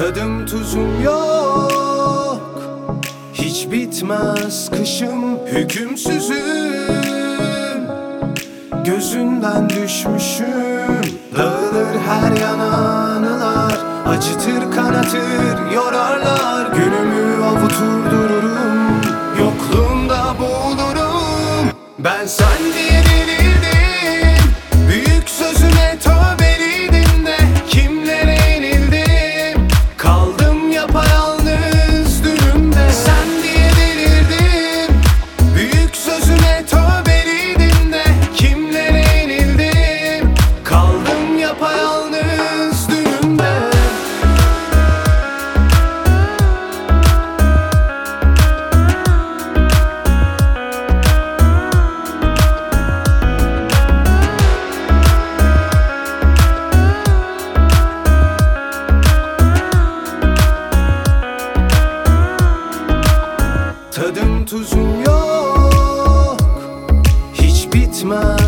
Tadım tuzum yok, hiç bitmez kışım, hükümsüzüm. Gözünden düşmüşüm, dağılır her yana anılar. Acıtır, kanatır, yorarlar. Günümü avutur dururum, yokluğunda boğulurum. Ben sen diye delirdim, büyük sözüne tövbeliydim de kimlere yenildim, kaldım yapayalnız dünümde. Sen diye delirdim, büyük sözüne tövbeliydim de kimlere yenildim, kaldım yapayalnız dünümde. Tadım tuzum yok, hiç bitmez